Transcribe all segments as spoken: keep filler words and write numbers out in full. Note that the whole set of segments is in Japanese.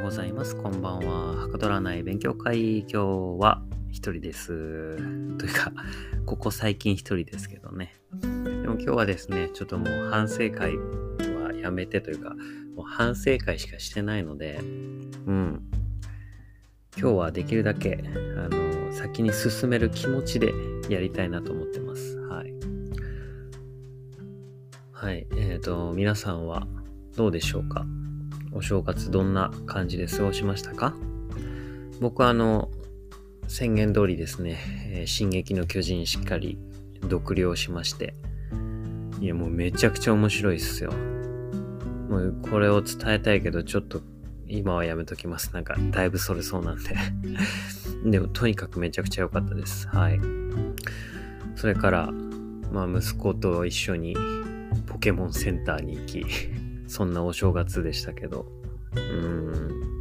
ございます。こんばんは。はかどらない勉強会。今日は一人です。というか、ここ最近一人ですけどね。でも今日はですね、ちょっともう反省会はやめてというか、もう反省会しかしてないので、うん。今日はできるだけ、あの、先に進める気持ちでやりたいなと思ってます。はい。はい。えっと、皆さんはどうでしょうか？お正月どんな感じで過ごしましたか？僕はあの宣言通りですね、えー、進撃の巨人しっかり読了しまして、いやもうめちゃくちゃ面白いっすよ。もうこれを伝えたいけどちょっと今はやめときます。なんかだいぶそれそうなんででもとにかくめちゃくちゃ良かったです。はい。それからまあ息子と一緒にポケモンセンターに行きそんなお正月でしたけど。うーん。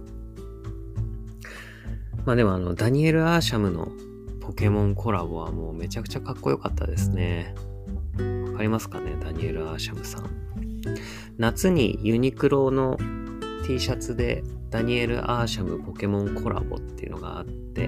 まあでもあの、ダニエル・アーシャムのポケモンコラボはもうめちゃくちゃかっこよかったですね。わかりますかね？ダニエル・アーシャムさん。夏にユニクロの T シャツでダニエル・アーシャムポケモンコラボっていうのがあって、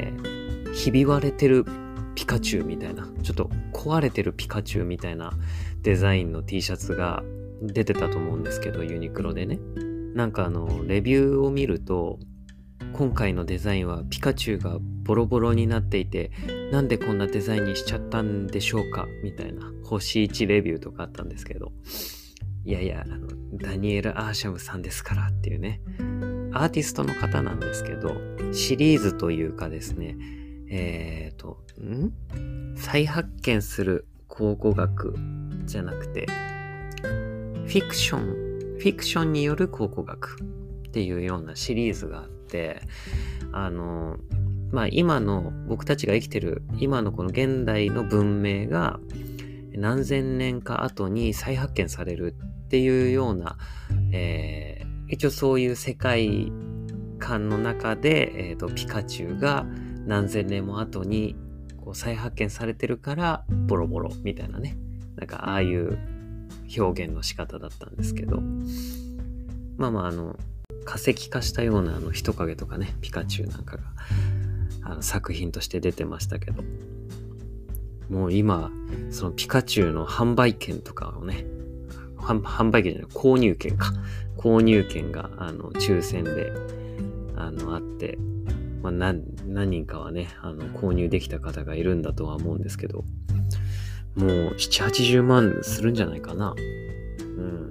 ひび割れてるピカチュウみたいな、ちょっと壊れてるピカチュウみたいなデザインの T シャツが出てたと思うんですけど、ユニクロでね。なんかあのレビューを見ると、今回のデザインはピカチュウがボロボロになっていて、なんでこんなデザインにしちゃったんでしょうかみたいな星いちレビューとかあったんですけど、いやいや、あのダニエル・アーシャムさんですからっていうね、アーティストの方なんですけど、シリーズというかですね、えーとん再発見する考古学じゃなくて、フィクション、フィクションによる考古学っていうようなシリーズがあって、あの、まあ今の僕たちが生きてる今のこの現代の文明が何千年か後に再発見されるっていうような、えー、一応そういう世界観の中で、えーと、ピカチュウが何千年も後にこう再発見されてるからボロボロみたいなね、なんかああいう表現の仕方だったんですけど、まあまああの化石化したようなあの人影とかね、ピカチュウなんかがあの作品として出てましたけど、もう今そのピカチュウの販売券とかをね、販売券じゃない購入券か購入券があの抽選であのあって、まあ、何, 何人かはねあの購入できた方がいるんだとは思うんですけど、もうななじゅうはちじゅうまんするんじゃないかな。うん。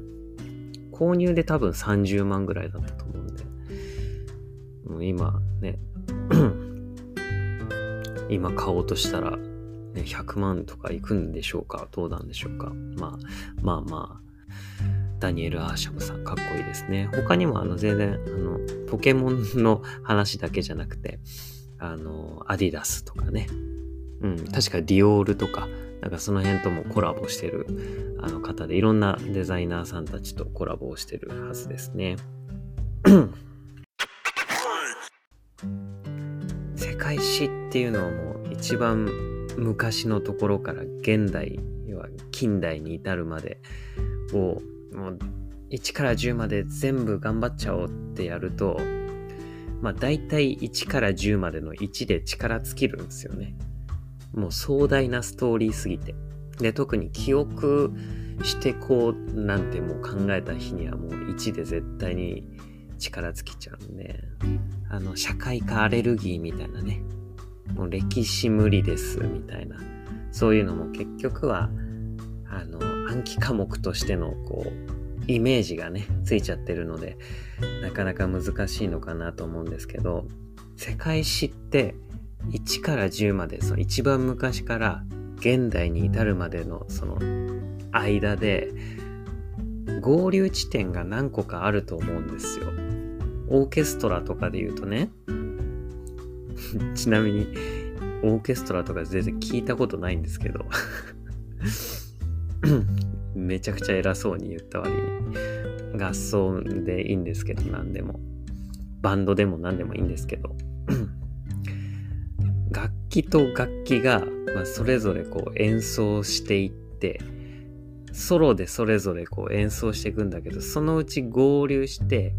購入で多分さんじゅうまんぐらいだったと思うんで、もう今ね今買おうとしたら、ね、ひゃくまんとかいくんでしょうか？どうなんでしょうか？まあまあまあダニエル・アーシャムさんかっこいいですね。他にもあの全然あのポケモンの話だけじゃなくて、あのアディダスとかね、うん、確かディオールとかなんかその辺ともコラボしてるあの方で、いろんなデザイナーさんたちとコラボをしてるはずですね。世界史っていうのはもう一番昔のところから現代、要は近代に至るまでをもういちからじゅうまで全部頑張っちゃおうってやると、まあ大体いちからじゅうまでのいちで力尽きるんですよね。もう壮大なストーリーすぎて。で、特に記憶してこうなんてもう考えた日にはもういちで絶対に力尽きちゃうんで、あの、社会科アレルギーみたいなね、もう歴史無理ですみたいな、そういうのも結局は、あの、暗記科目としてのこう、イメージがね、ついちゃってるので、なかなか難しいのかなと思うんですけど、世界史って、いちからじゅうまで、その一番昔から現代に至るまでのその間で合流地点が何個かあると思うんですよ。オーケストラとかで言うとねちなみにオーケストラとか全然聞いたことないんですけどめちゃくちゃ偉そうに言った割に合奏でいいんですけど、何でもバンドでも何でもいいんですけど楽器と楽器が、まあ、それぞれこう演奏していって、ソロでそれぞれこう演奏していくんだけど、そのうち合流して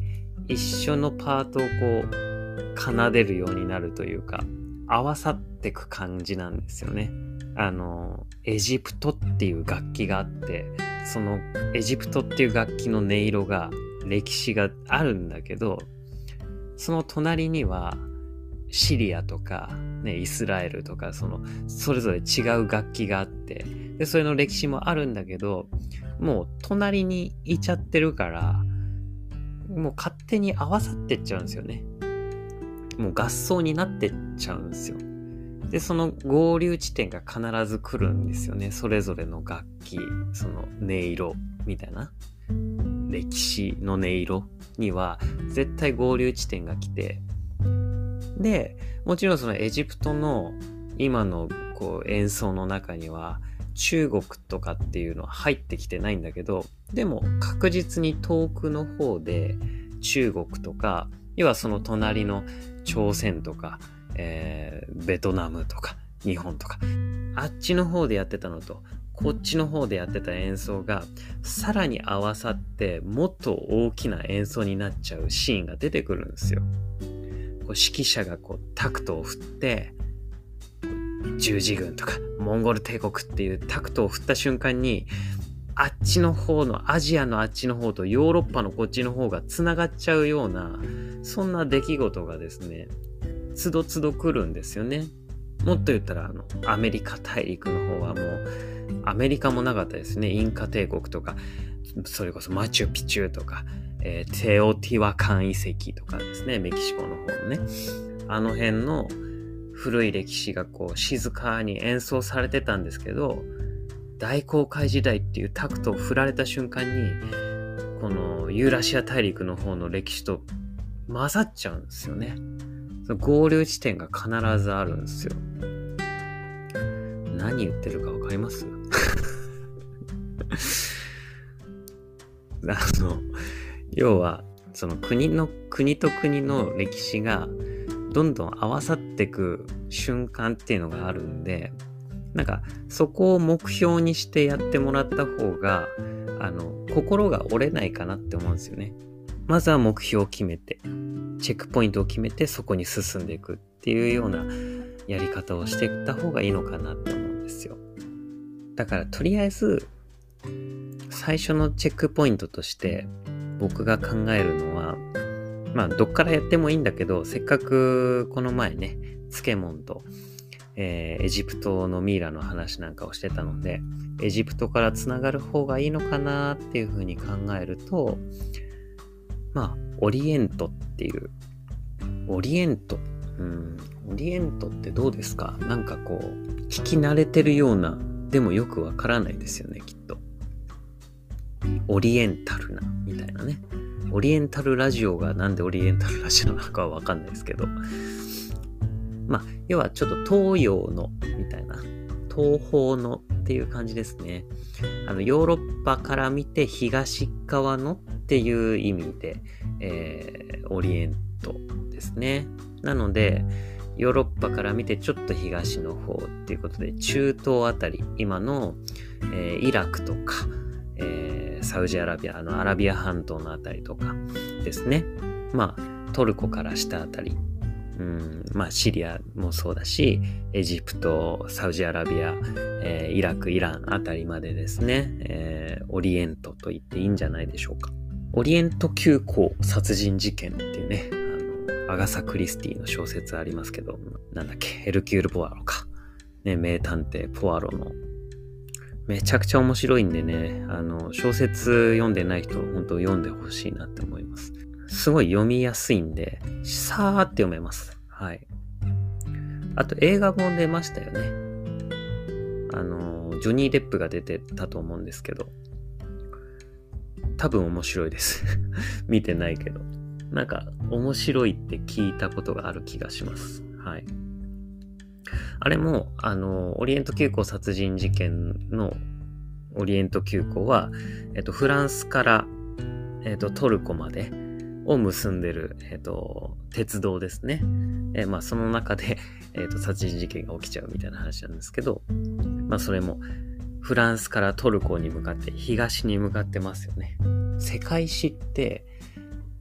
一緒のパートをこう奏でるようになるというか、合わさってく感じなんですよね。あのエジプトっていう楽器があって、そのエジプトっていう楽器の音色が歴史があるんだけど、その隣にはシリアとか、ね、イスラエルとか、そのそれぞれ違う楽器があって、でそれの歴史もあるんだけど、もう隣にいちゃってるから、もう勝手に合わさってっちゃうんですよね。もう合奏になってっちゃうんですよ。でその合流地点が必ず来るんですよね。それぞれの楽器、その音色みたいな、歴史の音色には絶対合流地点が来て、でもちろんそのエジプトの今のこう演奏の中には中国とかっていうのは入ってきてないんだけど、でも確実に遠くの方で中国とか、要はその隣の朝鮮とか、えー、ベトナムとか日本とか、あっちの方でやってたのとこっちの方でやってた演奏がさらに合わさってもっと大きな演奏になっちゃうシーンが出てくるんですよ。こう指揮者がこうタクトを振って、十字軍とかモンゴル帝国っていうタクトを振った瞬間に、あっちの方のアジアのあっちの方とヨーロッパのこっちの方がつながっちゃうような、そんな出来事がですね、つどつど来るんですよね。もっと言ったらあのアメリカ大陸の方はもうアメリカもなかったですね。インカ帝国とか、それこそマチュピチュとか、えー、テオティワカン遺跡とかですね、メキシコの方のね、あの辺の古い歴史がこう静かに演奏されてたんですけど、大航海時代っていうタクトを振られた瞬間に、このユーラシア大陸の方の歴史と混ざっちゃうんですよね。その合流地点が必ずあるんですよ。何言ってるか分かりますあの要はその国の国と国の歴史がどんどん合わさってく瞬間っていうのがあるんで、なんかそこを目標にしてやってもらった方が、あの心が折れないかなって思うんですよね。まずは目標を決めて、チェックポイントを決めて、そこに進んでいくっていうようなやり方をしていった方がいいのかなって思うんですよ。だからとりあえず最初のチェックポイントとして僕が考えるのは、まあどっからやってもいいんだけど、せっかくこの前ね、ツケモンと、えー、エジプトのミイラの話なんかをしてたので、エジプトからつながる方がいいのかなっていうふうに考えると、まあオリエントっていうオリエントうんオリエントってどうですか？なんかこう聞き慣れてるような、でもよくわからないですよね、きっと。オリエンタルなみたいなね。オリエンタルラジオがなんでオリエンタルラジオなのかはわかんないですけど、まあ要はちょっと東洋のみたいな、東方のっていう感じですね。あのヨーロッパから見て東側のっていう意味で、えー、オリエントですね。なのでヨーロッパから見てちょっと東の方っていうことで、中東あたり、今の、えー、イラクとか、えー、サウジアラビア、あのアラビア半島のあたりとかですね。まあトルコから下あたり、うん、まあシリアもそうだし、エジプト、サウジアラビア、えー、イラク、イランあたりまでですね、えー、オリエントと言っていいんじゃないでしょうか。オリエント急行殺人事件っていうね、あのアガサ・クリスティの小説ありますけど、なんだっけ、エルキュール・ポアロか、ね、名探偵ポアロの、めちゃくちゃ面白いんでね、あの小説読んでない人本当読んでほしいなって思います。すごい読みやすいんで、さーって読めます。はい。あと映画も出ましたよね。あのジョニー・デップが出てたと思うんですけど、多分面白いです見てないけど、なんか面白いって聞いたことがある気がします。はい。あれもあのオリエント急行殺人事件のオリエント急行は、えっと、フランスから、えっと、トルコまでを結んでる、えっと、鉄道ですね。えー、まあその中で、えっと、殺人事件が起きちゃうみたいな話なんですけど、まあそれもフランスからトルコに向かって東に向かってますよね。世界史って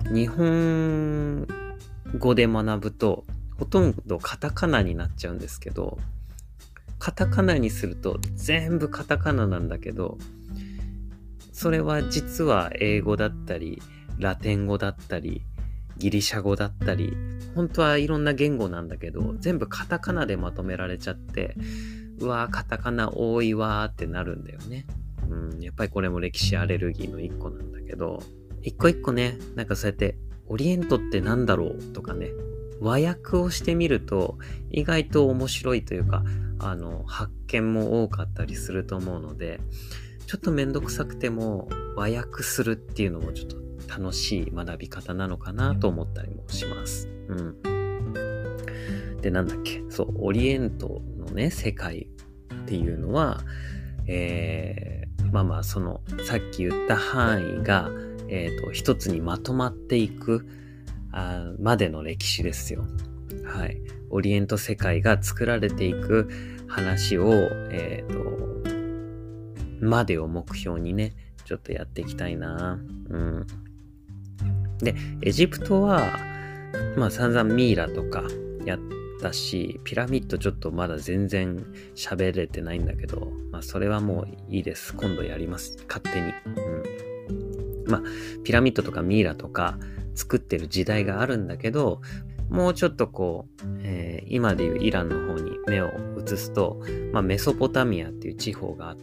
日本語で学ぶとほとんどカタカナになっちゃうんですけど、カタカナにすると全部カタカナなんだけど、それは実は英語だったりラテン語だったりギリシャ語だったり、本当はいろんな言語なんだけど、全部カタカナでまとめられちゃって、うわーカタカナ多いわーってなるんだよね。うん、やっぱりこれも歴史アレルギーの一個なんだけど、一個一個ね、なんかそうやってオリエントってなんだろうとかね、和訳をしてみると意外と面白いというか、あの発見も多かったりすると思うので、ちょっとめんどくさくても和訳するっていうのもちょっと楽しい学び方なのかなと思ったりもします。うん。で、なんだっけ、そう、オリエントのね、世界っていうのは、えー、まあまあ、その、さっき言った範囲が、えっと、一つにまとまっていくあまでの歴史ですよ。はい。オリエント世界が作られていく話を、えっと、までを目標にね、ちょっとやっていきたいな。うん。で、エジプトは、まあ散々ミイラとかやったし、ピラミッドちょっとまだ全然喋れてないんだけど、まあそれはもういいです。今度やります。勝手に。うん。まあ、ピラミッドとかミイラとか作ってる時代があるんだけど、もうちょっとこう、えー、今でいうイランの方に目を移すと、まあメソポタミアっていう地方があって、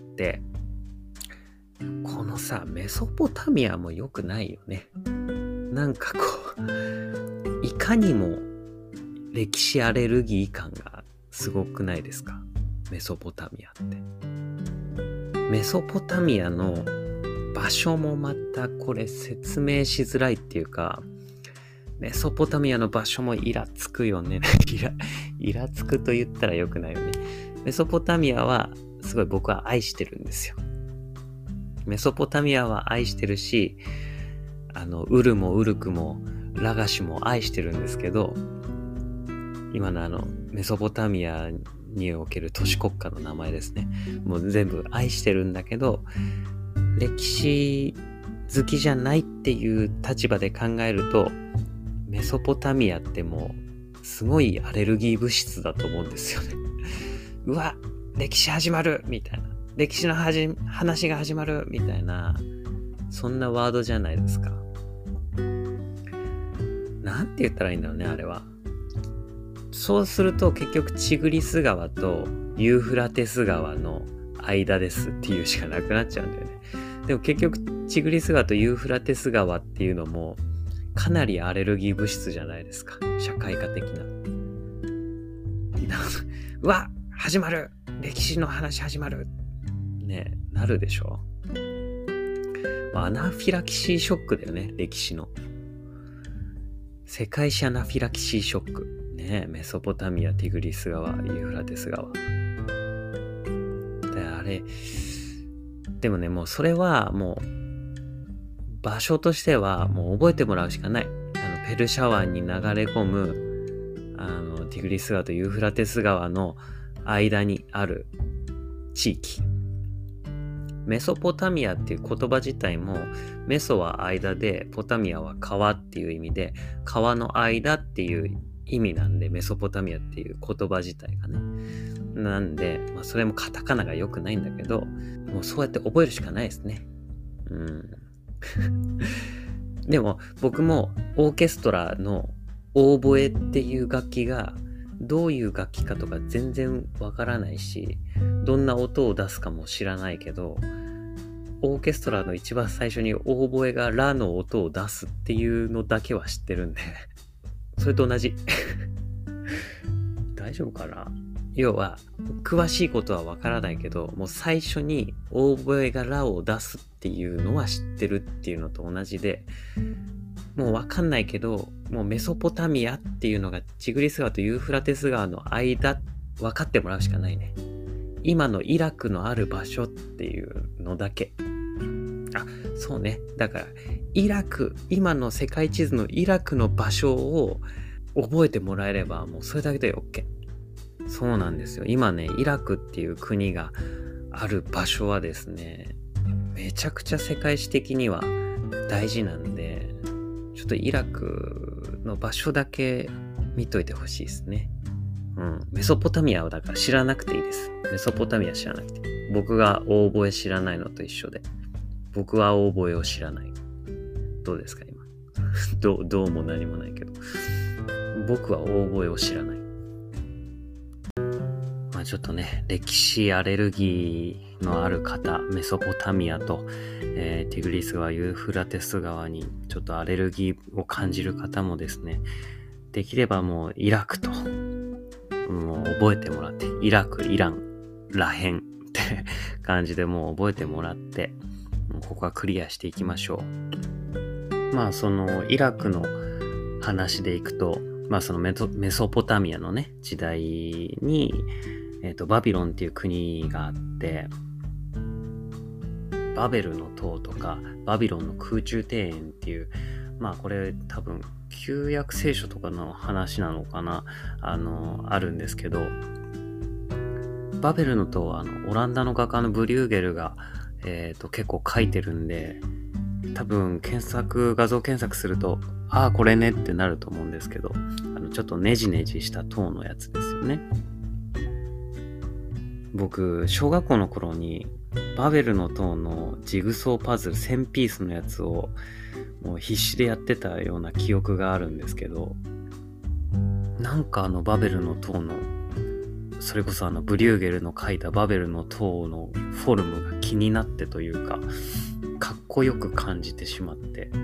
このさ、メソポタミアも良くないよね。なんかこう、いかにも歴史アレルギー感がすごくないですか？メソポタミアって。メソポタミアの場所もまたこれ説明しづらいっていうか、メソポタミアの場所もイラつくよね。イラ、イラつくと言ったら良くないよね。メソポタミアはすごい僕は愛してるんですよ。メソポタミアは愛してるし、あの、ウルもウルクもラガシュも愛してるんですけど、今のあの、メソポタミアにおける都市国家の名前ですね。もう全部愛してるんだけど、歴史好きじゃないっていう立場で考えると、メソポタミアってもう、すごいアレルギー物質だと思うんですよね。うわ、歴史始まるみたいな。歴史のはじ話が始まるみたいな、そんなワードじゃないですか。なんて言ったらいいんだろうね、あれは。そうすると結局チグリス川とユーフラテス川の間ですっていうしかなくなっちゃうんだよね。でも結局チグリス川とユーフラテス川っていうのもかなりアレルギー物質じゃないですか。社会科的な。うわ、始まる、歴史の話始まるね、なるでしょ。アナフィラキシーショックだよね、歴史の。世界史アナフィラキシーショック。ね、メソポタミア、ティグリス川、ユーフラテス川。で、あれ、でもね、もうそれはもう、場所としてはもう覚えてもらうしかない。あの、ペルシャ湾に流れ込む、あの、ティグリス川とユーフラテス川の間にある地域。メソポタミアっていう言葉自体も、メソは間で、ポタミアは川っていう意味で、川の間っていう意味なんで、メソポタミアっていう言葉自体がね。なんで、まあそれもカタカナが良くないんだけど、もうそうやって覚えるしかないですね。うん。でも僕もオーケストラのオーボエっていう楽器がどういう楽器かとか全然わからないし、どんな音を出すかも知らないけど、オーケストラの一番最初にオーボエがラの音を出すっていうのだけは知ってるんでそれと同じ大丈夫かな。要は詳しいことはわからないけど、もう最初にオーボエがラを出すっていうのは知ってるっていうのと同じで、もうわかんないけど、もうメソポタミアっていうのがチグリス川とユーフラテス川の間、分かってもらうしかないね。今のイラクのある場所っていうのだけ。あ、そうね。だからイラク、今の世界地図のイラクの場所を覚えてもらえれば、もうそれだけで OK。そうなんですよ。今ね、イラクっていう国がある場所はですね、めちゃくちゃ世界史的には大事なんで、ちちょっとイラクの場所だけ見といてほしいですね。うん。メソポタミアはだから知らなくていいです。メソポタミア知らなくて。僕がオーボエ知らないのと一緒で。僕はオーボエを知らない。どうですか今。どう、どうも何もないけど。僕はオーボエを知らない。まあちょっとね、歴史アレルギーのある方、メソポタミアと、えー、ティグリス川、ユーフラテス川にちょっとアレルギーを感じる方もですね、できればもうイラクと、もう覚えてもらって、イラク、イラン、ラヘンって感じでもう覚えてもらって、ここはクリアしていきましょう。まあそのイラクの話でいくと、まあそのメソ、メソポタミアのね、時代に、えっと、バビロンっていう国があって、バベルの塔とか、バビロンの空中庭園っていう、まあこれ多分、旧約聖書とかの話なのかな、あの、あるんですけど、バベルの塔はあの、オランダの画家のブリューゲルが、えっと、結構書いてるんで、多分検索、画像検索すると、ああ、これねってなると思うんですけど、あの、ちょっとネジネジした塔のやつですよね。僕、小学校の頃に、バベルの塔のジグソーパズルせんピースのやつを、もう必死でやってたような記憶があるんですけど、なんかあのバベルの塔の、それこそあのブリューゲルの描いたバベルの塔のフォルムが気になってというか、かっこよく感じてしまって、うん、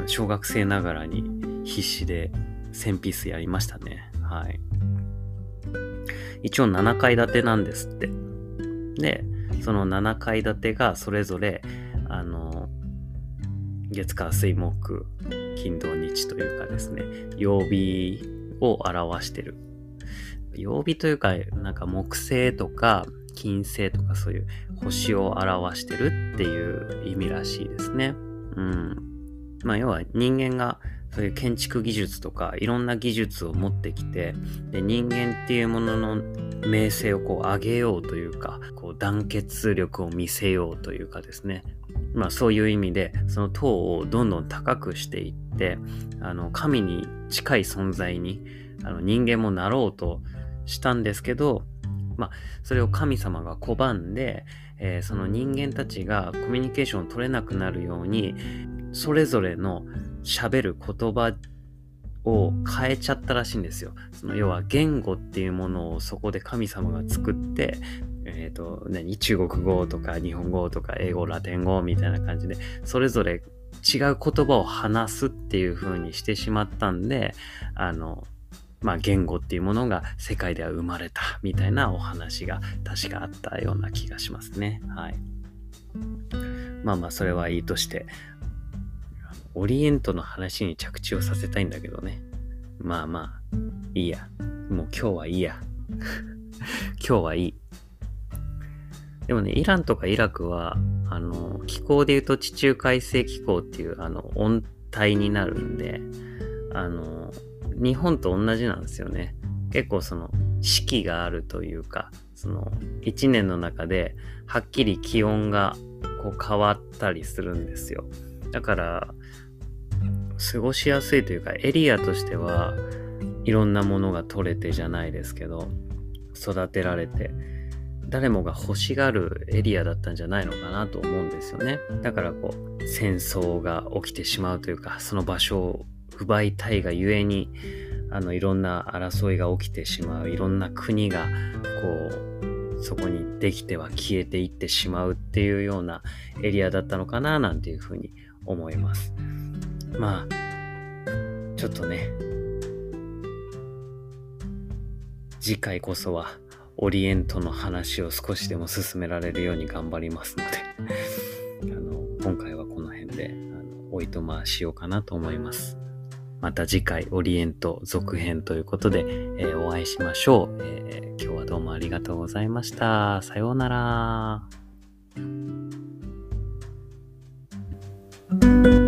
小学生ながらに必死でせんピースやりましたね。はい。一応ななかい建てなんですって。で、そのななかい建てがそれぞれ、あの、月火水木金土日というかですね、曜日を表してる。曜日というか、なんか木星とか金星とかそういう星を表してるっていう意味らしいですね。うん。まあ要は人間がそういう建築技術とかいろんな技術を持ってきて、で人間っていうものの名声をこう上げようというか、こう団結力を見せようというかですね。まあそういう意味でその塔をどんどん高くしていって、あの神に近い存在にあの人間もなろうとしたんですけど、まあそれを神様が拒んで、えー、その人間たちがコミュニケーションを取れなくなるようにそれぞれの喋る言葉を変えちゃったらしいんですよ。その要は言語っていうものをそこで神様が作って、えっと、何、中国語とか日本語とか英語、ラテン語みたいな感じで、それぞれ違う言葉を話すっていう風にしてしまったんで、あの、まあ言語っていうものが世界では生まれたみたいなお話が確かあったような気がしますね。はい。まあまあそれはいいとして、オリエントの話に着地をさせたいんだけどね。まあまあ、いいや。もう今日はいいや。今日はいい。でもね、イランとかイラクは、あの、気候で言うと地中海性気候っていう、あの、温帯になるんで、あの、日本と同じなんですよね。結構その、四季があるというか、その、一年の中で、はっきり気温が、こう変わったりするんですよ。だから、過ごしやすいというか、エリアとしてはいろんなものが取れてじゃないですけど、育てられて、誰もが欲しがるエリアだったんじゃないのかなと思うんですよね。だからこう、戦争が起きてしまうというか、その場所を奪いたいがゆえに、あの、いろんな争いが起きてしまう、いろんな国が、こう、そこにできては消えていってしまうっていうようなエリアだったのかな、なんていうふうに思います。まあ、ちょっとね、次回こそはオリエントの話を少しでも進められるように頑張りますので、あの今回はこの辺であのおいとましようかなと思います。また次回オリエント続編ということで、えー、お会いしましょう、えー。今日はどうもありがとうございました。さようなら。